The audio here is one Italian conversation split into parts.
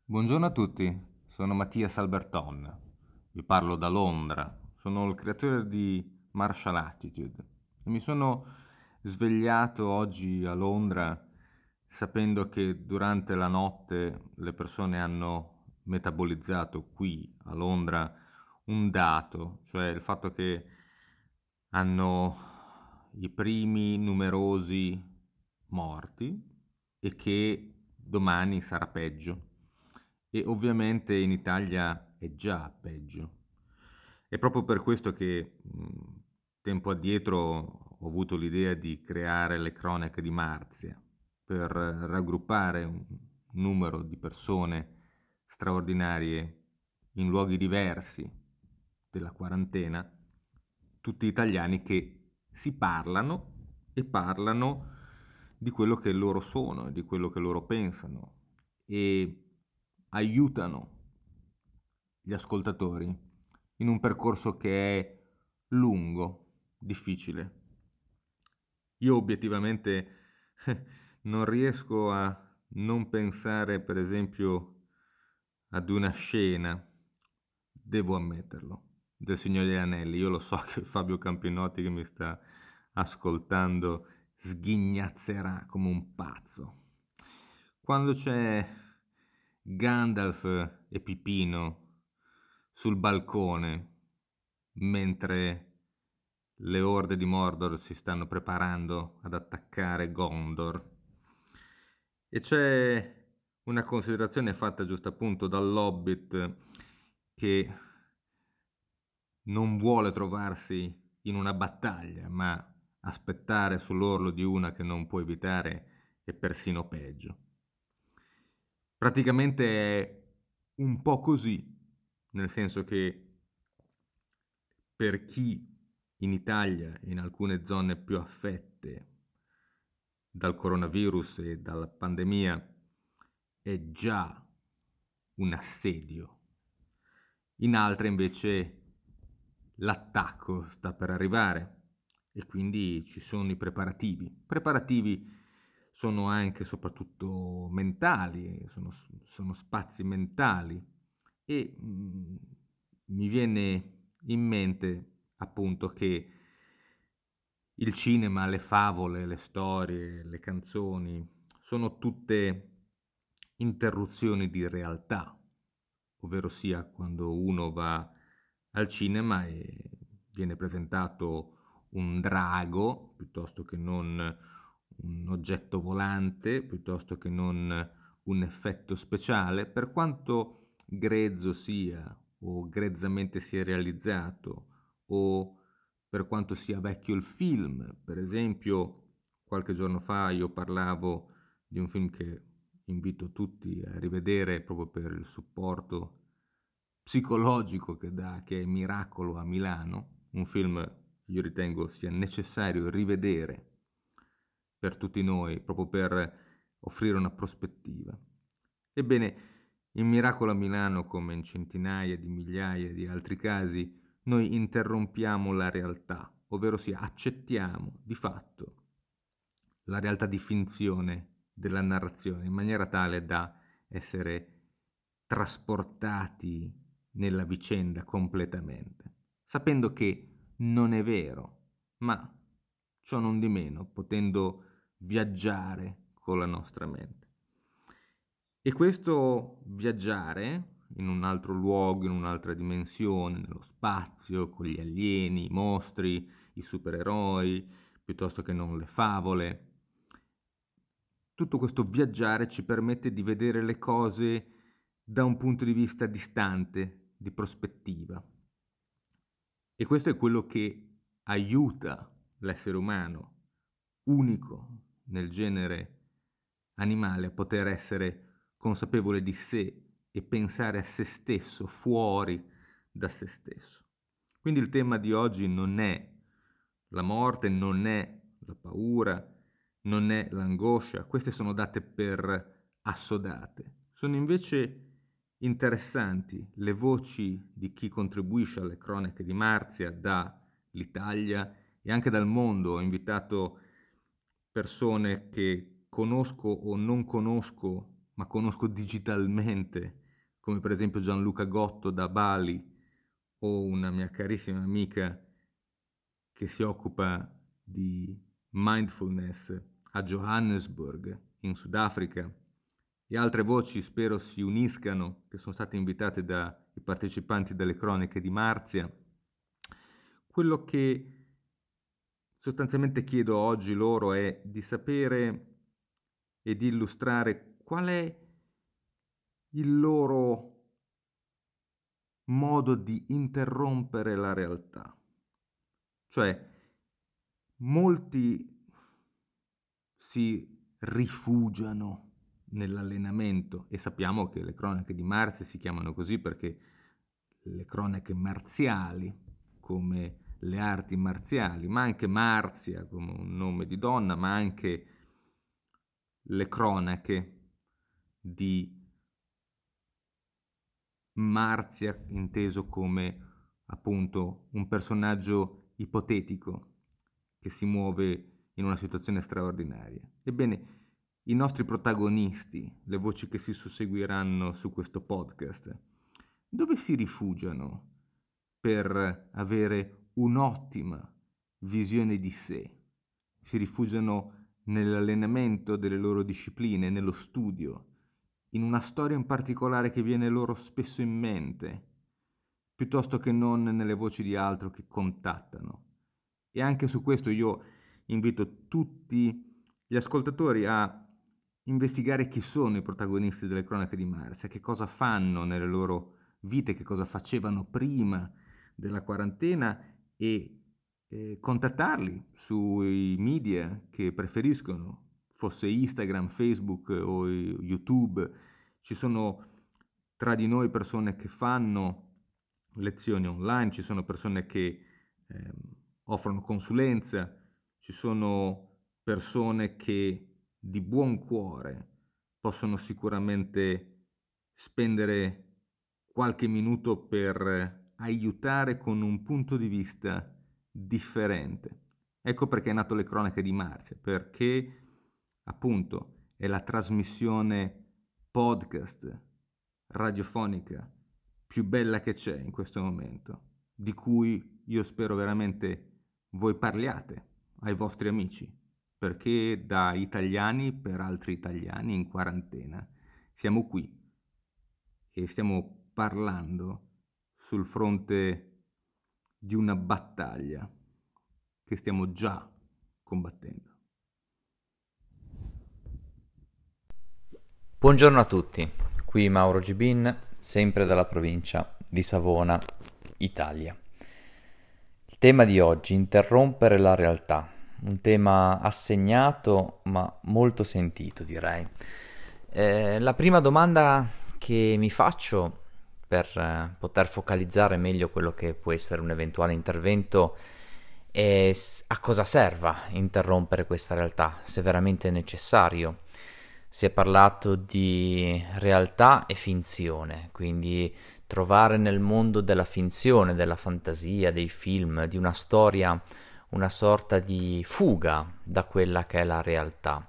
Buongiorno a tutti, sono Mattias Alberton, vi parlo da Londra, sono il creatore di Martial Attitude e mi sono svegliato oggi a Londra sapendo che durante la notte le persone hanno metabolizzato qui a Londra un dato, cioè il fatto che hanno i primi numerosi morti e che domani sarà peggio. E ovviamente in Italia è già peggio. È proprio per questo che tempo addietro ho avuto l'idea di creare le cronache di Marzia, per raggruppare un numero di persone straordinarie in luoghi diversi della quarantena, tutti italiani che si parlano e parlano di quello che loro sono, di quello che loro pensano e aiutano gli ascoltatori in un percorso che è lungo, difficile. Io obiettivamente non riesco a non pensare, per esempio, ad una scena, devo ammetterlo, del Signore degli Anelli. Io lo so che Fabio Campinotti che mi sta ascoltando sghignazzerà come un pazzo. Quando c'è Gandalf e Pipino sul balcone mentre le orde di Mordor si stanno preparando ad attaccare Gondor. E c'è una considerazione fatta giusto appunto dall'Hobbit che non vuole trovarsi in una battaglia, ma aspettare sull'orlo di una che non può evitare è persino peggio. Praticamente è un po' così, nel senso che per chi in Italia e in alcune zone più affette dal coronavirus e dalla pandemia è già un assedio. In altre invece l'attacco sta per arrivare e quindi ci sono i preparativi. Preparativi sono anche e soprattutto mentali, sono spazi mentali e mi viene in mente appunto che il cinema, le favole, le storie, le canzoni sono tutte interruzioni di realtà, ovvero sia quando uno va al cinema e viene presentato un drago piuttosto che non un oggetto volante, piuttosto che non un effetto speciale, per quanto grezzo sia o grezzamente sia realizzato o per quanto sia vecchio il film. Per esempio, qualche giorno fa io parlavo di un film che invito tutti a rivedere proprio per il supporto psicologico che dà, che è Miracolo a Milano, un film che io ritengo sia necessario rivedere per tutti noi, proprio per offrire una prospettiva. Ebbene, in Miracolo a Milano, come in centinaia di migliaia di altri casi, noi interrompiamo la realtà, ovvero sia accettiamo di fatto la realtà di finzione della narrazione in maniera tale da essere trasportati nella vicenda completamente, sapendo che non è vero, ma ciò non di meno, potendo viaggiare con la nostra mente. E questo viaggiare in un altro luogo, in un'altra dimensione, nello spazio, con gli alieni, i mostri, i supereroi, piuttosto che non le favole, tutto questo viaggiare ci permette di vedere le cose da un punto di vista distante, di prospettiva. E questo è quello che aiuta l'essere umano, unico nel genere animale, a poter essere consapevole di sé e pensare a se stesso fuori da se stesso. Quindi il tema di oggi non è la morte, non è la paura, non è l'angoscia, queste sono date per assodate. Sono invece interessanti le voci di chi contribuisce alle cronache di Marzia dall'Italia e anche dal mondo. Ho invitato persone che conosco o non conosco ma conosco digitalmente, come per esempio Gianluca Gotto da Bali o una mia carissima amica che si occupa di mindfulness a Johannesburg, in Sudafrica, e altre voci spero si uniscano, che sono state invitate dai partecipanti delle cronache di Marzia. Quello che sostanzialmente chiedo oggi loro è di sapere e di illustrare qual è il loro modo di interrompere la realtà. Cioè, molti si rifugiano nell'allenamento e sappiamo che le cronache di Marzia si chiamano così perché le cronache marziali, come le arti marziali, ma anche Marzia come un nome di donna, ma anche le cronache di Marzia inteso come appunto un personaggio ipotetico che si muove in una situazione straordinaria. Ebbene, i nostri protagonisti, le voci che si susseguiranno su questo podcast, dove si rifugiano per avere un'ottima visione di sé? Si rifugiano nell'allenamento delle loro discipline, nello studio, in una storia in particolare che viene loro spesso in mente, piuttosto che non nelle voci di altro che contattano. E anche su questo io invito tutti gli ascoltatori a investigare chi sono i protagonisti delle cronache di Marzia, che cosa fanno nelle loro vite, che cosa facevano prima della quarantena e contattarli sui media che preferiscono, fosse Instagram, Facebook o YouTube. Ci sono tra di noi persone che fanno lezioni online, ci sono persone che offrono consulenza, ci sono persone che di buon cuore possono sicuramente spendere qualche minuto per aiutare con un punto di vista differente. Ecco perché è nato le cronache di Marzia, perché appunto è la trasmissione podcast radiofonica più bella che c'è in questo momento, di cui io spero veramente voi parliate ai vostri amici, perché da italiani per altri italiani in quarantena siamo qui e stiamo parlando sul fronte di una battaglia che stiamo già combattendo. Buongiorno a tutti, qui Mauro Gibin, sempre dalla provincia di Savona, Italia. Il tema di oggi, interrompere la realtà, un tema assegnato ma molto sentito direi. La prima domanda che mi faccio per poter focalizzare meglio quello che può essere un eventuale intervento è a cosa serva interrompere questa realtà, se veramente è necessario. Si è parlato di realtà e finzione, quindi trovare nel mondo della finzione, della fantasia, dei film, di una storia, una sorta di fuga da quella che è la realtà.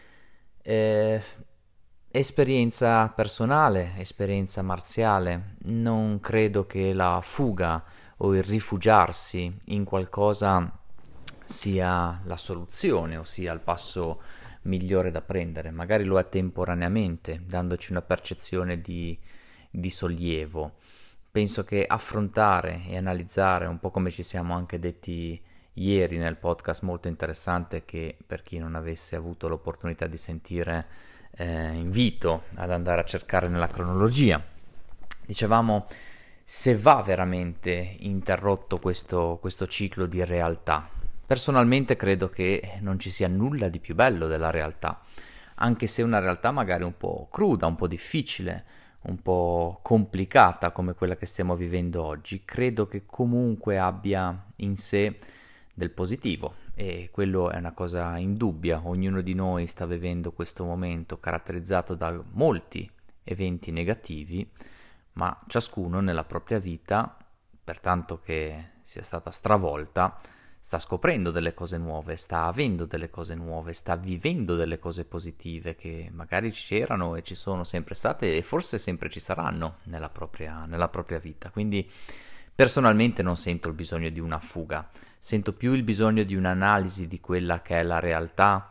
Esperienza personale, esperienza marziale, non credo che la fuga o il rifugiarsi in qualcosa sia la soluzione o sia il passo migliore da prendere, magari lo è temporaneamente, dandoci una percezione di sollievo. Penso che affrontare e analizzare, un po' come ci siamo anche detti ieri nel podcast molto interessante che per chi non avesse avuto l'opportunità di sentire, invito ad andare a cercare nella cronologia. Dicevamo, se va veramente interrotto questo ciclo di realtà. Personalmente credo che non ci sia nulla di più bello della realtà, anche se una realtà magari un po' cruda, un po' difficile, un po' complicata come quella che stiamo vivendo oggi, credo che comunque abbia in sé del positivo e quello è una cosa indubbia. Ognuno di noi sta vivendo questo momento caratterizzato da molti eventi negativi, ma ciascuno nella propria vita, per tanto che sia stata stravolta, sta scoprendo delle cose nuove, sta avendo delle cose nuove, sta vivendo delle cose positive che magari c'erano e ci sono sempre state e forse sempre ci saranno nella propria vita. Quindi personalmente non sento il bisogno di una fuga, sento più il bisogno di un'analisi di quella che è la realtà,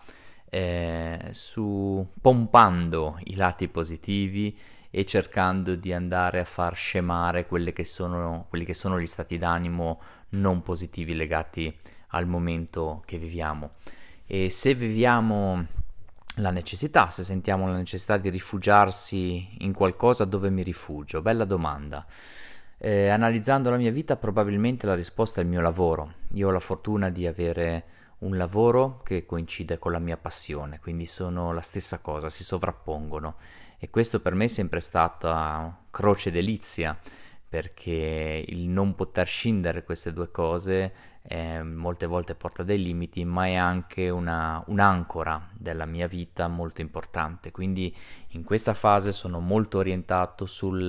pompando i lati positivi e cercando di andare a far scemare quelli che sono gli stati d'animo non positivi legati al momento che viviamo. E se viviamo se sentiamo la necessità di rifugiarsi in qualcosa, dove mi rifugio? Bella domanda. Analizzando la mia vita, probabilmente la risposta è il mio lavoro. Io ho la fortuna di avere un lavoro che coincide con la mia passione, quindi sono la stessa cosa, si sovrappongono, e questo per me è sempre stata croce delizia, perché il non poter scindere queste due cose molte volte porta dei limiti, ma è anche un'ancora della mia vita molto importante. Quindi in questa fase sono molto orientato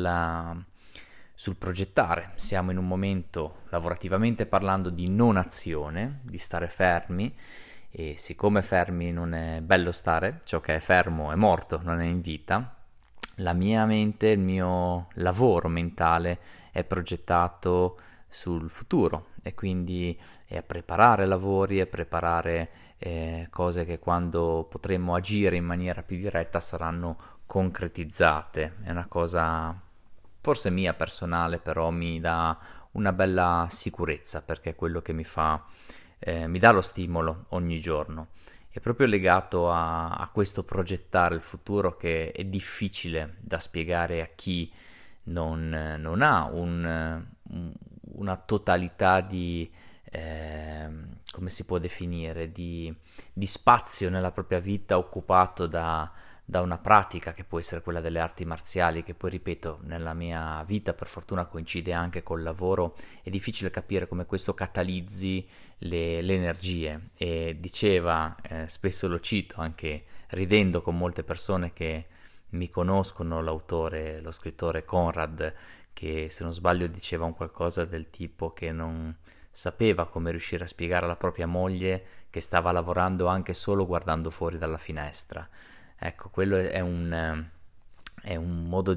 sul progettare. Siamo in un momento, lavorativamente parlando, di non azione, di stare fermi, e siccome fermi non è bello stare, ciò che è fermo è morto, non è in vita, la mia mente, il mio lavoro mentale è progettato sul futuro, e quindi è a preparare lavori, a preparare cose che quando potremo agire in maniera più diretta saranno concretizzate. È una cosa forse mia personale, però mi dà una bella sicurezza, perché è quello che mi dà lo stimolo ogni giorno. È proprio legato a questo progettare il futuro, che è difficile da spiegare a chi non ha una totalità di, come si può definire, di spazio nella propria vita occupato da una pratica che può essere quella delle arti marziali, che poi, ripeto, nella mia vita per fortuna coincide anche col lavoro. È difficile capire come questo catalizzi le energie, e diceva, spesso lo cito anche ridendo con molte persone che mi conoscono, lo scrittore Conrad, che se non sbaglio diceva un qualcosa del tipo che non sapeva come riuscire a spiegare alla propria moglie che stava lavorando anche solo guardando fuori dalla finestra. Ecco, quello è un modo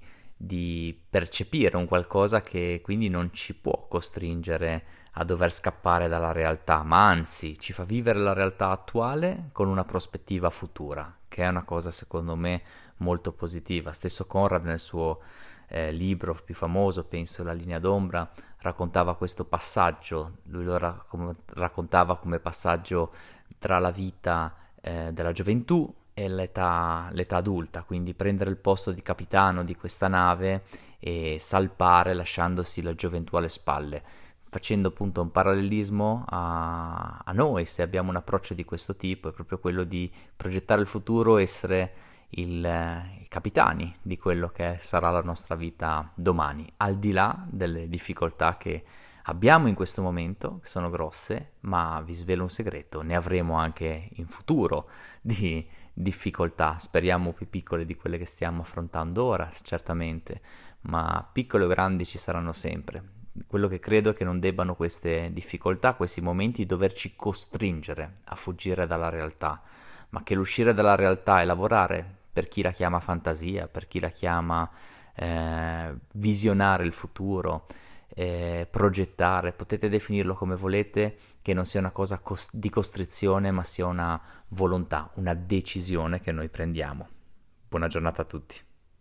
di percepire un qualcosa che quindi non ci può costringere a dover scappare dalla realtà, ma anzi ci fa vivere la realtà attuale con una prospettiva futura, che è una cosa secondo me molto positiva. Stesso Conrad nel suo libro più famoso, penso La linea d'ombra, raccontava questo passaggio. Lui lo raccontava come passaggio tra la vita della gioventù e l'età adulta, quindi prendere il posto di capitano di questa nave e salpare lasciandosi la gioventù alle spalle, facendo appunto un parallelismo a noi. Se abbiamo un approccio di questo tipo, è proprio quello di progettare il futuro, essere i capitani di quello che sarà la nostra vita domani, al di là delle difficoltà che abbiamo in questo momento, che sono grosse, ma vi svelo un segreto, ne avremo anche in futuro di difficoltà, speriamo più piccole di quelle che stiamo affrontando ora, certamente, ma piccole o grandi ci saranno sempre. Quello che credo è che non debbano queste difficoltà, questi momenti, doverci costringere a fuggire dalla realtà, ma che l'uscire dalla realtà e lavorare, per chi la chiama fantasia, per chi la chiama visionare il futuro, progettare, potete definirlo come volete, che non sia una cosa di costrizione, ma sia una volontà, una decisione che noi prendiamo. Buona giornata a tutti.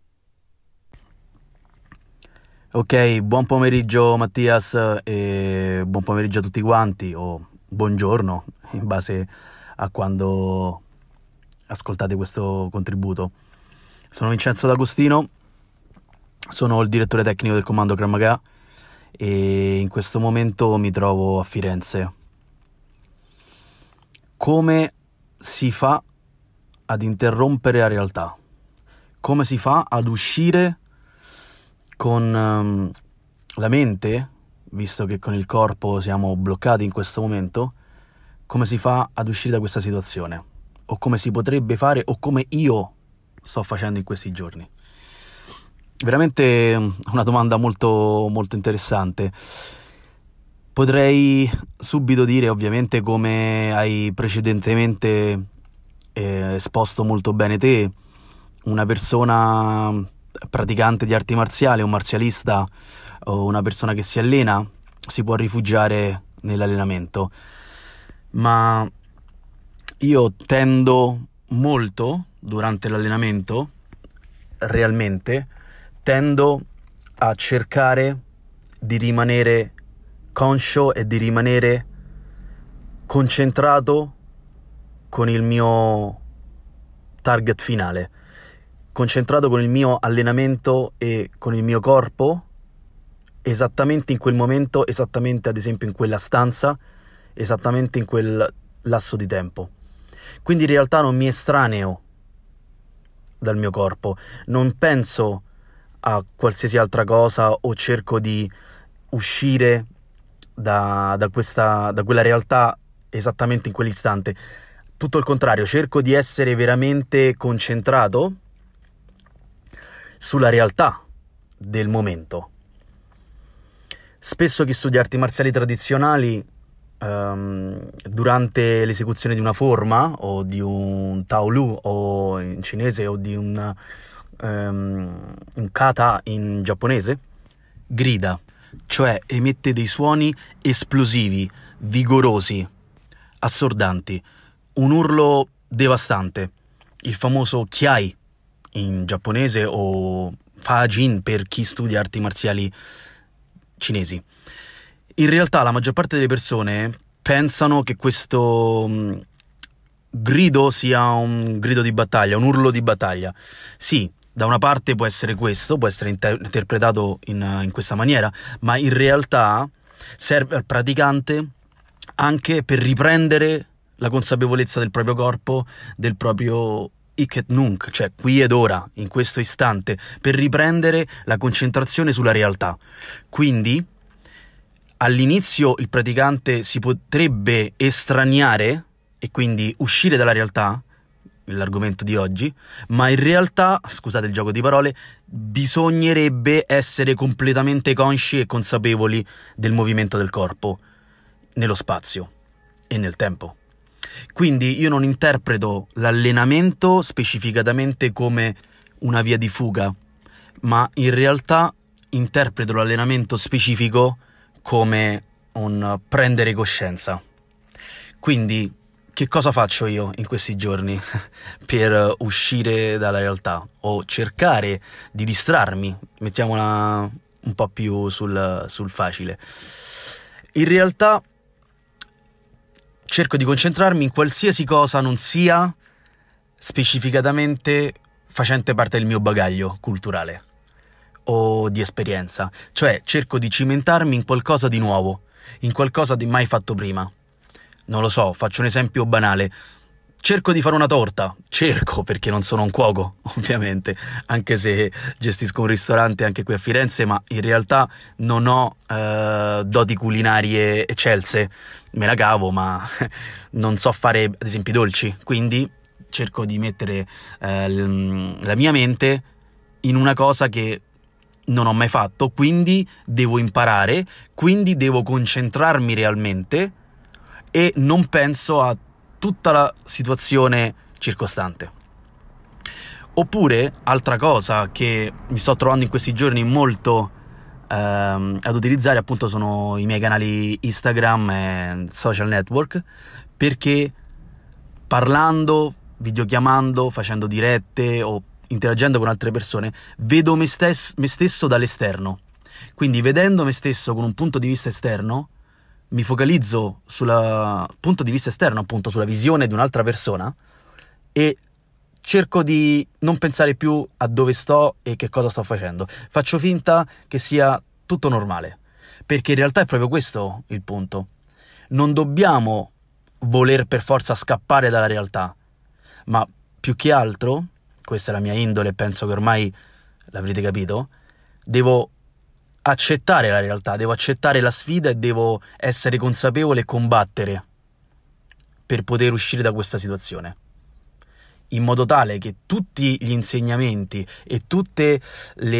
Ok, buon pomeriggio Mattias, e buon pomeriggio a tutti quanti, o buongiorno in base a quando ascoltate questo contributo. Sono Vincenzo D'Agostino, sono il direttore tecnico del comando Krav Maga e in questo momento mi trovo a Firenze. Come si fa ad interrompere la realtà? Come si fa ad uscire con la mente, visto che con il corpo siamo bloccati in questo momento? Come si fa ad uscire da questa situazione? O come si potrebbe fare, o come io sto facendo in questi giorni? Veramente una domanda molto, molto interessante. Potrei subito dire, ovviamente, come hai precedentemente esposto molto bene te, una persona praticante di arti marziali, un marzialista o una persona che si allena si può rifugiare nell'allenamento, ma io tendo molto durante l'allenamento, realmente, tendo a cercare di rimanere conscio e di rimanere concentrato con il mio target finale, concentrato con il mio allenamento e con il mio corpo esattamente in quel momento, esattamente ad esempio in quella stanza, esattamente in quel lasso di tempo. Quindi in realtà non mi estraneo dal mio corpo, non penso a qualsiasi altra cosa o cerco di uscire da quella realtà esattamente in quell'istante. Tutto il contrario, cerco di essere veramente concentrato sulla realtà del momento. Spesso chi studia arti marziali tradizionali durante l'esecuzione di una forma o di un Taolu o in cinese o di un kata in giapponese grida, cioè emette dei suoni esplosivi, vigorosi, assordanti, un urlo devastante, il famoso Kiai in giapponese o Fajin per chi studia arti marziali cinesi. In realtà la maggior parte delle persone pensano che questo grido sia un grido di battaglia, un urlo di battaglia. Sì, da una parte può essere questo, può essere interpretato in questa maniera, ma in realtà serve al praticante anche per riprendere la consapevolezza del proprio corpo, del proprio Ik et Nunc, cioè qui ed ora, in questo istante, per riprendere la concentrazione sulla realtà. Quindi all'inizio il praticante si potrebbe estraniare e quindi uscire dalla realtà, l'argomento di oggi, ma in realtà, scusate il gioco di parole, bisognerebbe essere completamente consci e consapevoli del movimento del corpo nello spazio e nel tempo. Quindi io non interpreto l'allenamento specificatamente come una via di fuga, ma in realtà interpreto l'allenamento specifico come un prendere coscienza. Quindi che cosa faccio io in questi giorni per uscire dalla realtà o cercare di distrarmi, mettiamola un po' più sul facile. In realtà cerco di concentrarmi in qualsiasi cosa non sia specificatamente facente parte del mio bagaglio culturale o di esperienza, cioè cerco di cimentarmi in qualcosa di nuovo, in qualcosa di mai fatto prima. Non lo so, faccio un esempio banale. Cerco di fare una torta, perché non sono un cuoco, ovviamente, anche se gestisco un ristorante anche qui a Firenze, ma in realtà non ho doti culinarie eccelse, me la cavo, ma non so fare ad esempio i dolci, quindi cerco di mettere la mia mente in una cosa che non ho mai fatto, quindi devo imparare, quindi devo concentrarmi realmente e non penso a tutta la situazione circostante. Oppure, altra cosa che mi sto trovando in questi giorni molto ad utilizzare, appunto, sono i miei canali Instagram e social network, perché parlando, videochiamando, facendo dirette o interagendo con altre persone, vedo me stesso dall'esterno. Quindi vedendo me stesso con un punto di vista esterno, mi focalizzo sul punto di vista esterno, appunto, sulla visione di un'altra persona e cerco di non pensare più a dove sto e che cosa sto facendo. Faccio finta che sia tutto normale, perché in realtà è proprio questo il punto. Non dobbiamo voler per forza scappare dalla realtà, ma più che altro, questa è la mia indole, penso che ormai l'avrete capito, devo accettare la realtà, devo accettare la sfida e devo essere consapevole e combattere per poter uscire da questa situazione, in modo tale che tutti gli insegnamenti e tutte le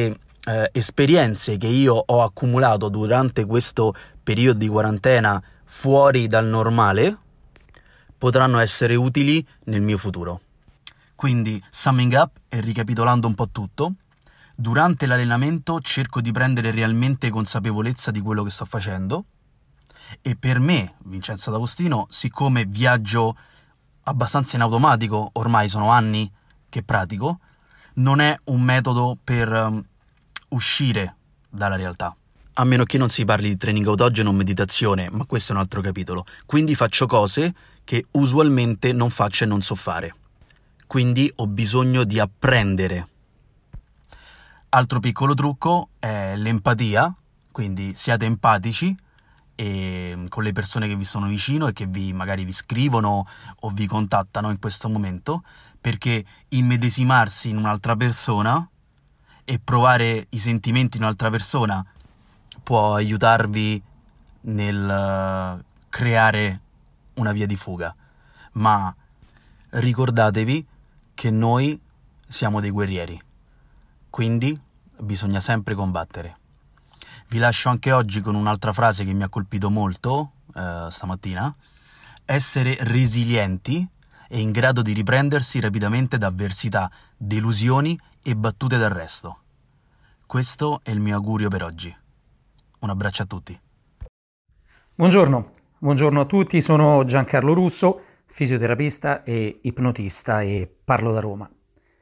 esperienze che io ho accumulato durante questo periodo di quarantena fuori dal normale potranno essere utili nel mio futuro. Quindi, summing up e ricapitolando un po' tutto, durante l'allenamento cerco di prendere realmente consapevolezza di quello che sto facendo e per me, Vincenzo D'Agostino, siccome viaggio abbastanza in automatico, ormai sono anni che pratico, non è un metodo per uscire dalla realtà. A meno che non si parli di training autogeno o meditazione, ma questo è un altro capitolo. Quindi faccio cose che usualmente non faccio e non so fare. Quindi ho bisogno di apprendere. Altro piccolo trucco è l'empatia, quindi siate empatici con le persone che vi sono vicino e che magari vi scrivono o vi contattano in questo momento, perché immedesimarsi in un'altra persona e provare i sentimenti di un'altra persona può aiutarvi nel creare una via di fuga. Ma ricordatevi che noi siamo dei guerrieri, quindi bisogna sempre combattere. Vi lascio anche oggi con un'altra frase che mi ha colpito molto stamattina: essere resilienti e in grado di riprendersi rapidamente da avversità, delusioni e battute d'arresto. Questo è il mio augurio per oggi. Un abbraccio a tutti. Buongiorno a tutti, sono Giancarlo Russo, fisioterapista e ipnotista e parlo da Roma.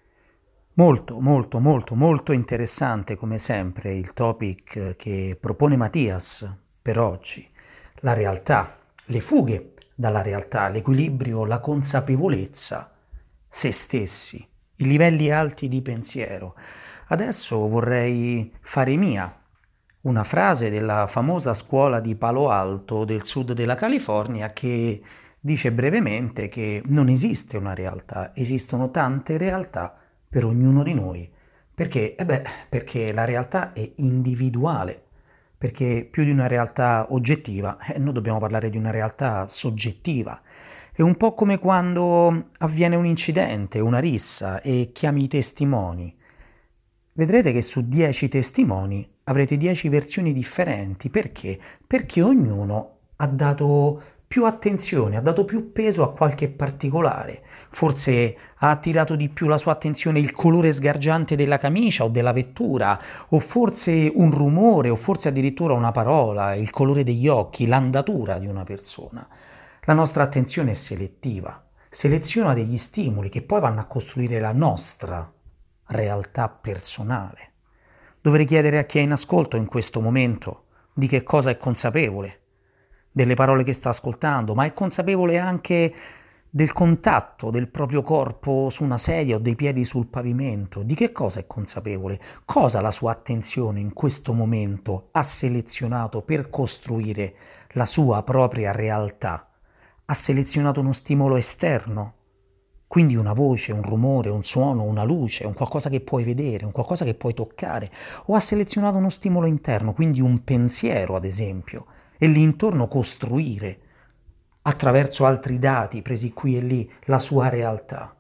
Molto interessante come sempre il topic che propone Mattias per oggi. La realtà, le fughe dalla realtà, l'equilibrio, la consapevolezza, se stessi, i livelli alti di pensiero. Adesso vorrei fare mia una frase della famosa scuola di Palo Alto del sud della California che dice brevemente che non esiste una realtà, esistono tante realtà per ognuno di noi. Perché? Perché la realtà è individuale, perché più di una realtà oggettiva, noi dobbiamo parlare di una realtà soggettiva. È un po' come quando avviene un incidente, una rissa e chiami i testimoni. Vedrete che su 10 testimoni avrete 10 versioni differenti. Perché? Perché ognuno ha dato più attenzione, ha dato più peso a qualche particolare. Forse ha attirato di più la sua attenzione il colore sgargiante della camicia o della vettura, o forse un rumore, o forse addirittura una parola, il colore degli occhi, l'andatura di una persona. La nostra attenzione è selettiva, seleziona degli stimoli che poi vanno a costruire la nostra realtà personale. Dovrei chiedere a chi è in ascolto in questo momento di che cosa è consapevole, delle parole che sta ascoltando, ma è consapevole anche del contatto del proprio corpo su una sedia o dei piedi sul pavimento. Di che cosa è consapevole? Cosa la sua attenzione in questo momento ha selezionato per costruire la sua propria realtà? Ha selezionato uno stimolo esterno? Quindi una voce, un rumore, un suono, una luce, un qualcosa che puoi vedere, un qualcosa che puoi toccare, o ha selezionato uno stimolo interno, quindi un pensiero ad esempio, e lì intorno costruire, attraverso altri dati presi qui e lì, la sua realtà.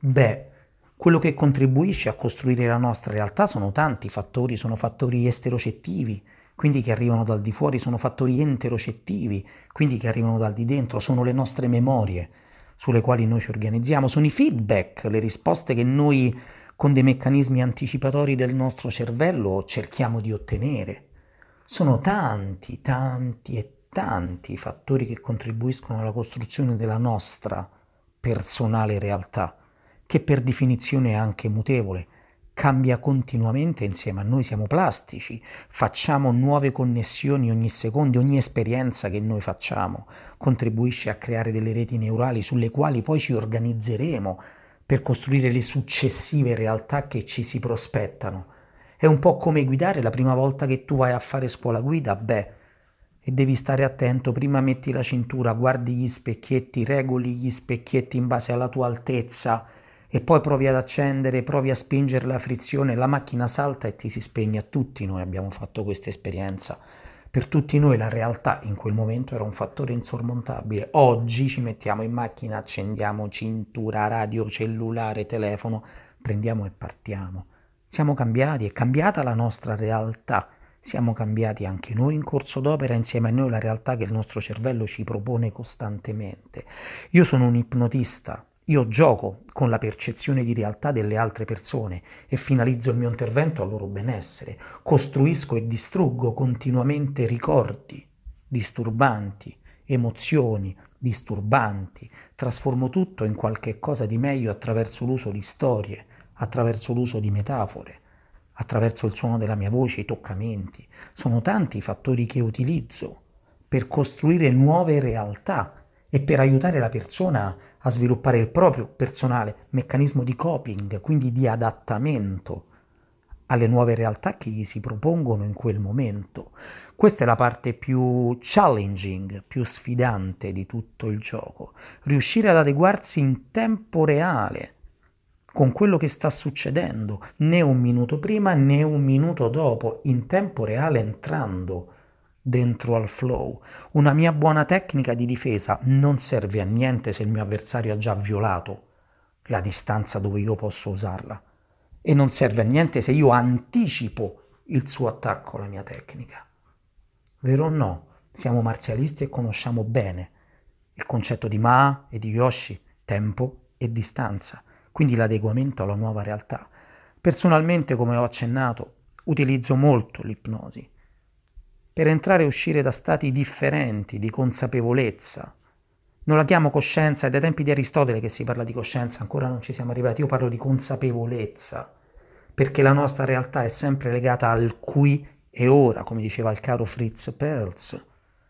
Quello che contribuisce a costruire la nostra realtà sono tanti fattori, sono fattori esterocettivi, quindi che arrivano dal di fuori, sono fattori enterocettivi, quindi che arrivano dal di dentro, sono le nostre memorie sulle quali noi ci organizziamo, sono i feedback, le risposte che noi con dei meccanismi anticipatori del nostro cervello cerchiamo di ottenere. Sono tanti fattori che contribuiscono alla costruzione della nostra personale realtà, che per definizione è anche mutevole, cambia continuamente insieme a noi, siamo plastici, facciamo nuove connessioni ogni secondo, ogni esperienza che noi facciamo contribuisce a creare delle reti neurali sulle quali poi ci organizzeremo per costruire le successive realtà che ci si prospettano. È un po' come guidare la prima volta che tu vai a fare scuola guida, e devi stare attento, prima metti la cintura, guardi gli specchietti, regoli gli specchietti in base alla tua altezza e poi provi ad accendere, provi a spingere la frizione, la macchina salta e ti si spegne. Tutti noi abbiamo fatto questa esperienza. Per tutti noi la realtà in quel momento era un fattore insormontabile. Oggi ci mettiamo in macchina, accendiamo cintura, radio, cellulare, telefono, prendiamo e partiamo. Siamo cambiati, è cambiata la nostra realtà, siamo cambiati anche noi in corso d'opera, insieme a noi la realtà che il nostro cervello ci propone costantemente. Io sono un ipnotista, io gioco con la percezione di realtà delle altre persone e finalizzo il mio intervento al loro benessere, costruisco e distruggo continuamente ricordi disturbanti, emozioni disturbanti, trasformo tutto in qualche cosa di meglio attraverso l'uso di storie, attraverso l'uso di metafore, attraverso il suono della mia voce, i toccamenti. Sono tanti i fattori che utilizzo per costruire nuove realtà e per aiutare la persona a sviluppare il proprio personale meccanismo di coping, quindi di adattamento alle nuove realtà che gli si propongono in quel momento. Questa è la parte più challenging, più sfidante di tutto il gioco. Riuscire ad adeguarsi in tempo reale con quello che sta succedendo, né un minuto prima né un minuto dopo, in tempo reale entrando dentro al flow. Una mia buona tecnica di difesa non serve a niente se il mio avversario ha già violato la distanza dove io posso usarla. E non serve a niente se io anticipo il suo attacco alla mia tecnica. Vero o no? Siamo marzialisti e conosciamo bene il concetto di Ma e di Yoshi, tempo e distanza, quindi l'adeguamento alla nuova realtà. Personalmente, come ho accennato, utilizzo molto l'ipnosi per entrare e uscire da stati differenti di consapevolezza. Non la chiamo coscienza, è dai tempi di Aristotele che si parla di coscienza, ancora non ci siamo arrivati, io parlo di consapevolezza, perché la nostra realtà è sempre legata al qui e ora, come diceva il caro Fritz Perls,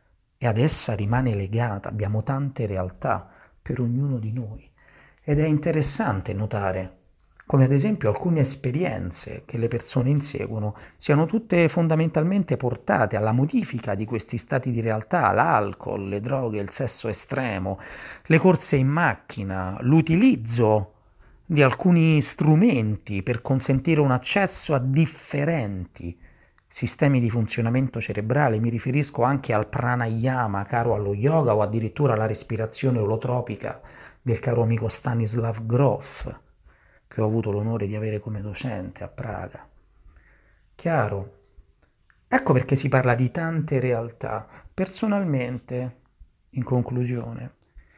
e ad essa rimane legata, abbiamo tante realtà per ognuno di noi, ed è interessante notare come ad esempio alcune esperienze che le persone inseguono siano tutte fondamentalmente portate alla modifica di questi stati di realtà, l'alcol, le droghe, il sesso estremo, le corse in macchina, l'utilizzo di alcuni strumenti per consentire un accesso a differenti sistemi di funzionamento cerebrale. Mi riferisco anche al pranayama, caro allo yoga, o addirittura alla respirazione olotropica del caro amico Stanislav Grof, che ho avuto l'onore di avere come docente a Praga. Chiaro? Ecco perché si parla di tante realtà. Personalmente, in conclusione,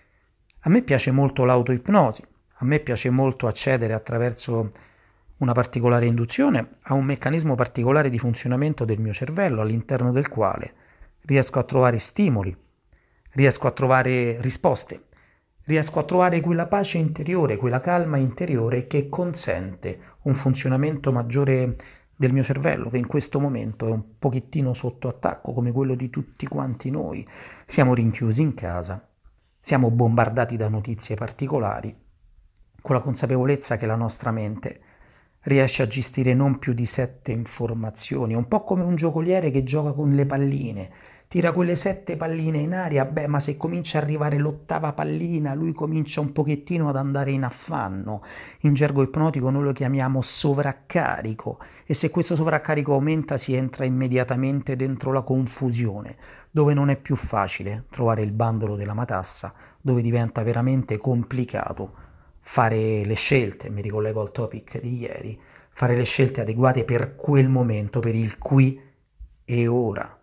a me piace molto l'autoipnosi, a me piace molto accedere attraverso una particolare induzione a un meccanismo particolare di funzionamento del mio cervello, all'interno del quale riesco a trovare stimoli, riesco a trovare risposte, riesco a trovare quella pace interiore, quella calma interiore che consente un funzionamento maggiore del mio cervello, che in questo momento è un pochettino sotto attacco, come quello di tutti quanti noi. Siamo rinchiusi in casa, siamo bombardati da notizie particolari, con la consapevolezza che la nostra mente riesce a gestire non più di 7 informazioni, è un po' come un giocoliere che gioca con le palline, tira quelle 7 palline in aria, ma se comincia a arrivare l'8ª pallina, lui comincia un pochettino ad andare in affanno. In gergo ipnotico noi lo chiamiamo sovraccarico, e se questo sovraccarico aumenta si entra immediatamente dentro la confusione, dove non è più facile trovare il bandolo della matassa, dove diventa veramente complicato fare le scelte, mi ricollego al topic di ieri, fare le scelte adeguate per quel momento, per il qui e ora.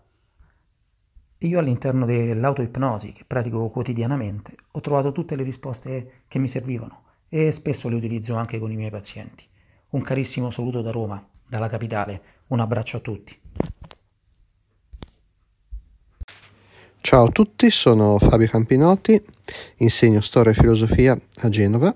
Io all'interno dell'autoipnosi che pratico quotidianamente ho trovato tutte le risposte che mi servivano e spesso le utilizzo anche con i miei pazienti. Un carissimo saluto da Roma, dalla capitale, un abbraccio a tutti. Ciao a tutti, sono Fabio Campinotti, insegno storia e filosofia a Genova.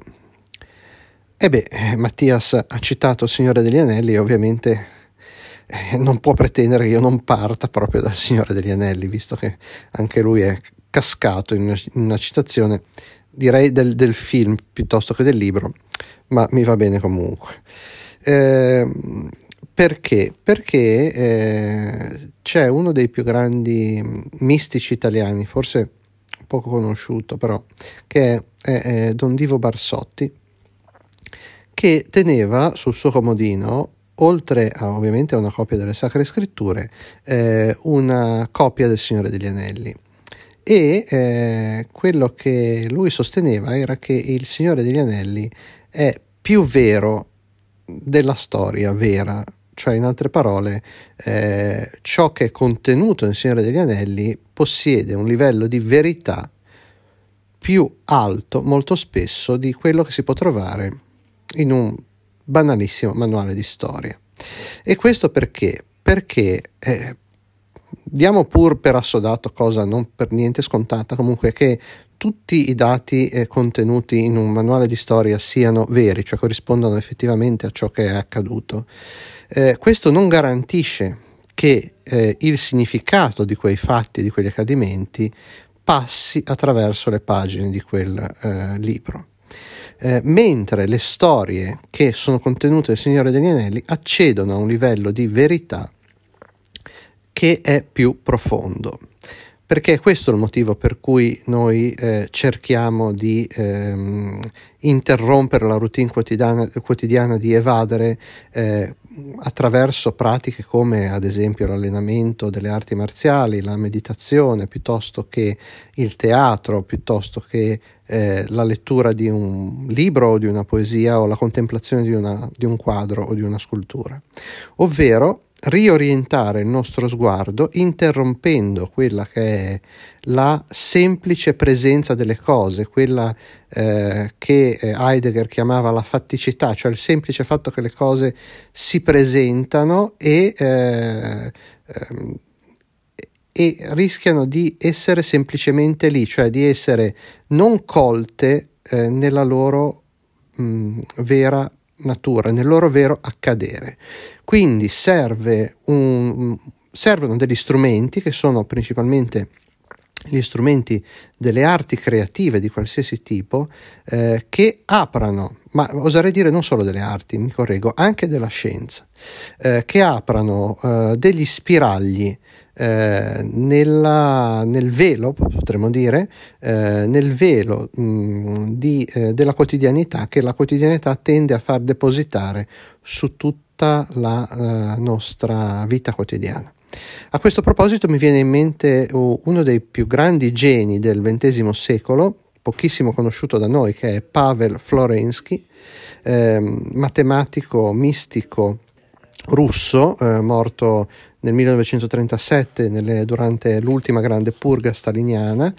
Mattias ha citato il Signore degli Anelli e ovviamente non può pretendere che io non parta proprio dal Signore degli Anelli, visto che anche lui è cascato in una citazione, direi del film piuttosto che del libro, ma mi va bene comunque. Perché? Perché c'è uno dei più grandi mistici italiani, forse poco conosciuto però, che è Don Divo Barsotti, che teneva sul suo comodino, oltre a ovviamente a una copia delle Sacre Scritture, una copia del Signore degli Anelli. E quello che lui sosteneva era che il Signore degli Anelli è più vero della storia vera, cioè in altre parole ciò che è contenuto nel Signore degli Anelli possiede un livello di verità più alto molto spesso di quello che si può trovare in un banalissimo manuale di storia. E questo perché? Perché diamo pur per assodato, cosa non per niente scontata comunque, che tutti i dati contenuti in un manuale di storia siano veri, cioè corrispondano effettivamente a ciò che è accaduto. Questo non garantisce che il significato di quei fatti, di quegli accadimenti, passi attraverso le pagine di quel libro. Mentre le storie che sono contenute nel Signore degli Anelli accedono a un livello di verità che è più profondo, perché questo è il motivo per cui noi cerchiamo di interrompere la routine quotidiana, di evadere attraverso pratiche come ad esempio l'allenamento delle arti marziali, la meditazione, piuttosto che il teatro, piuttosto che la lettura di un libro o di una poesia o la contemplazione di un quadro o di una scultura, ovvero riorientare il nostro sguardo interrompendo quella che è la semplice presenza delle cose, quella che Heidegger chiamava la fatticità, cioè il semplice fatto che le cose si presentano e rischiano di essere semplicemente lì, cioè di essere non colte nella loro vera natura, nel loro vero accadere. Quindi servono degli strumenti che sono principalmente gli strumenti delle arti creative di qualsiasi tipo, che aprano, ma oserei dire non solo delle arti, mi correggo, anche della scienza, che aprano degli spiragli nel velo, potremmo dire, nel velo della quotidianità, che la quotidianità tende a far depositare su tutta la nostra vita quotidiana. A questo proposito mi viene in mente uno dei più grandi geni del XX secolo, pochissimo conosciuto da noi, che è Pavel Florensky, matematico mistico russo, morto nel 1937 durante l'ultima grande purga staliniana.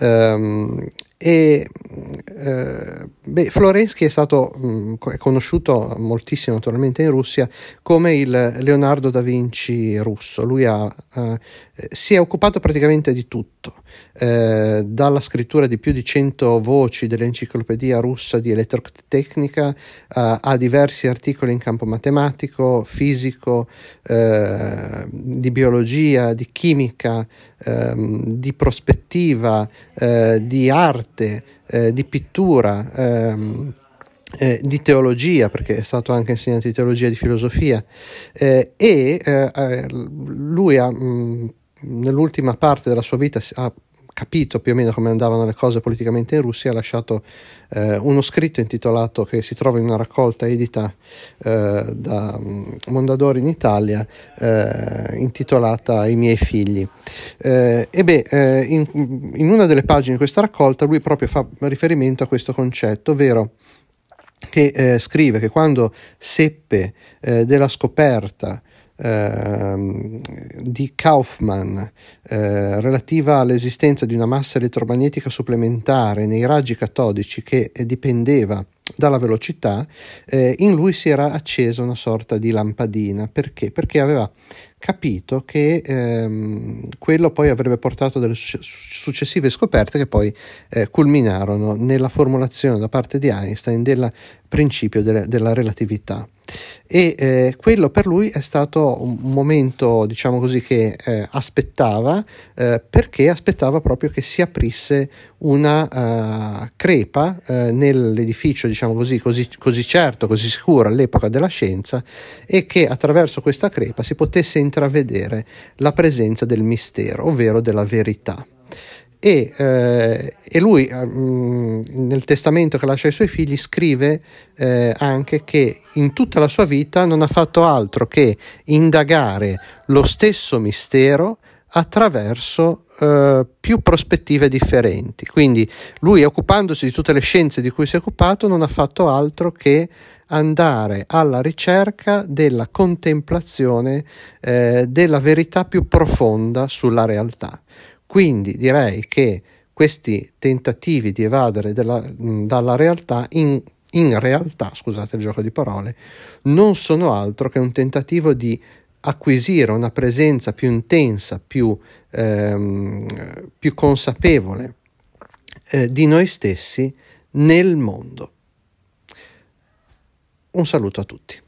Florensky è conosciuto moltissimo naturalmente in Russia come il Leonardo da Vinci russo. Lui si è occupato praticamente di tutto, dalla scrittura di più di 100 voci dell'enciclopedia russa di elettrotecnica a diversi articoli in campo matematico, fisico, di biologia, di chimica, di prospettiva, di arte, di pittura, di teologia, perché è stato anche insegnante di teologia e di filosofia, lui nell'ultima parte della sua vita ha capito più o meno come andavano le cose politicamente in Russia, ha lasciato uno scritto intitolato, che si trova in una raccolta edita da Mondadori in Italia, intitolata I miei figli. In una delle pagine di questa raccolta lui proprio fa riferimento a questo concetto, ovvero che scrive che quando seppe della scoperta di Kaufmann relativa all'esistenza di una massa elettromagnetica supplementare nei raggi catodici che dipendeva dalla velocità, in lui si era accesa una sorta di lampadina. Perché? Perché aveva capito che quello poi avrebbe portato delle successive scoperte che poi culminarono nella formulazione da parte di Einstein del principio della relatività. E quello per lui è stato un momento, diciamo così, che aspettava, perché aspettava proprio che si aprisse una crepa nell'edificio, diciamo così certo, così sicuro all'epoca della scienza, e che attraverso questa crepa si potesse intravedere la presenza del mistero, ovvero della verità. E lui nel testamento che lascia ai suoi figli scrive anche che in tutta la sua vita non ha fatto altro che indagare lo stesso mistero attraverso più prospettive differenti. Quindi lui, occupandosi di tutte le scienze di cui si è occupato, non ha fatto altro che andare alla ricerca della contemplazione della verità più profonda sulla realtà. Quindi direi che questi tentativi di evadere dalla realtà in realtà, scusate il gioco di parole, non sono altro che un tentativo di acquisire una presenza più intensa, più consapevole di noi stessi nel mondo. Un saluto a tutti.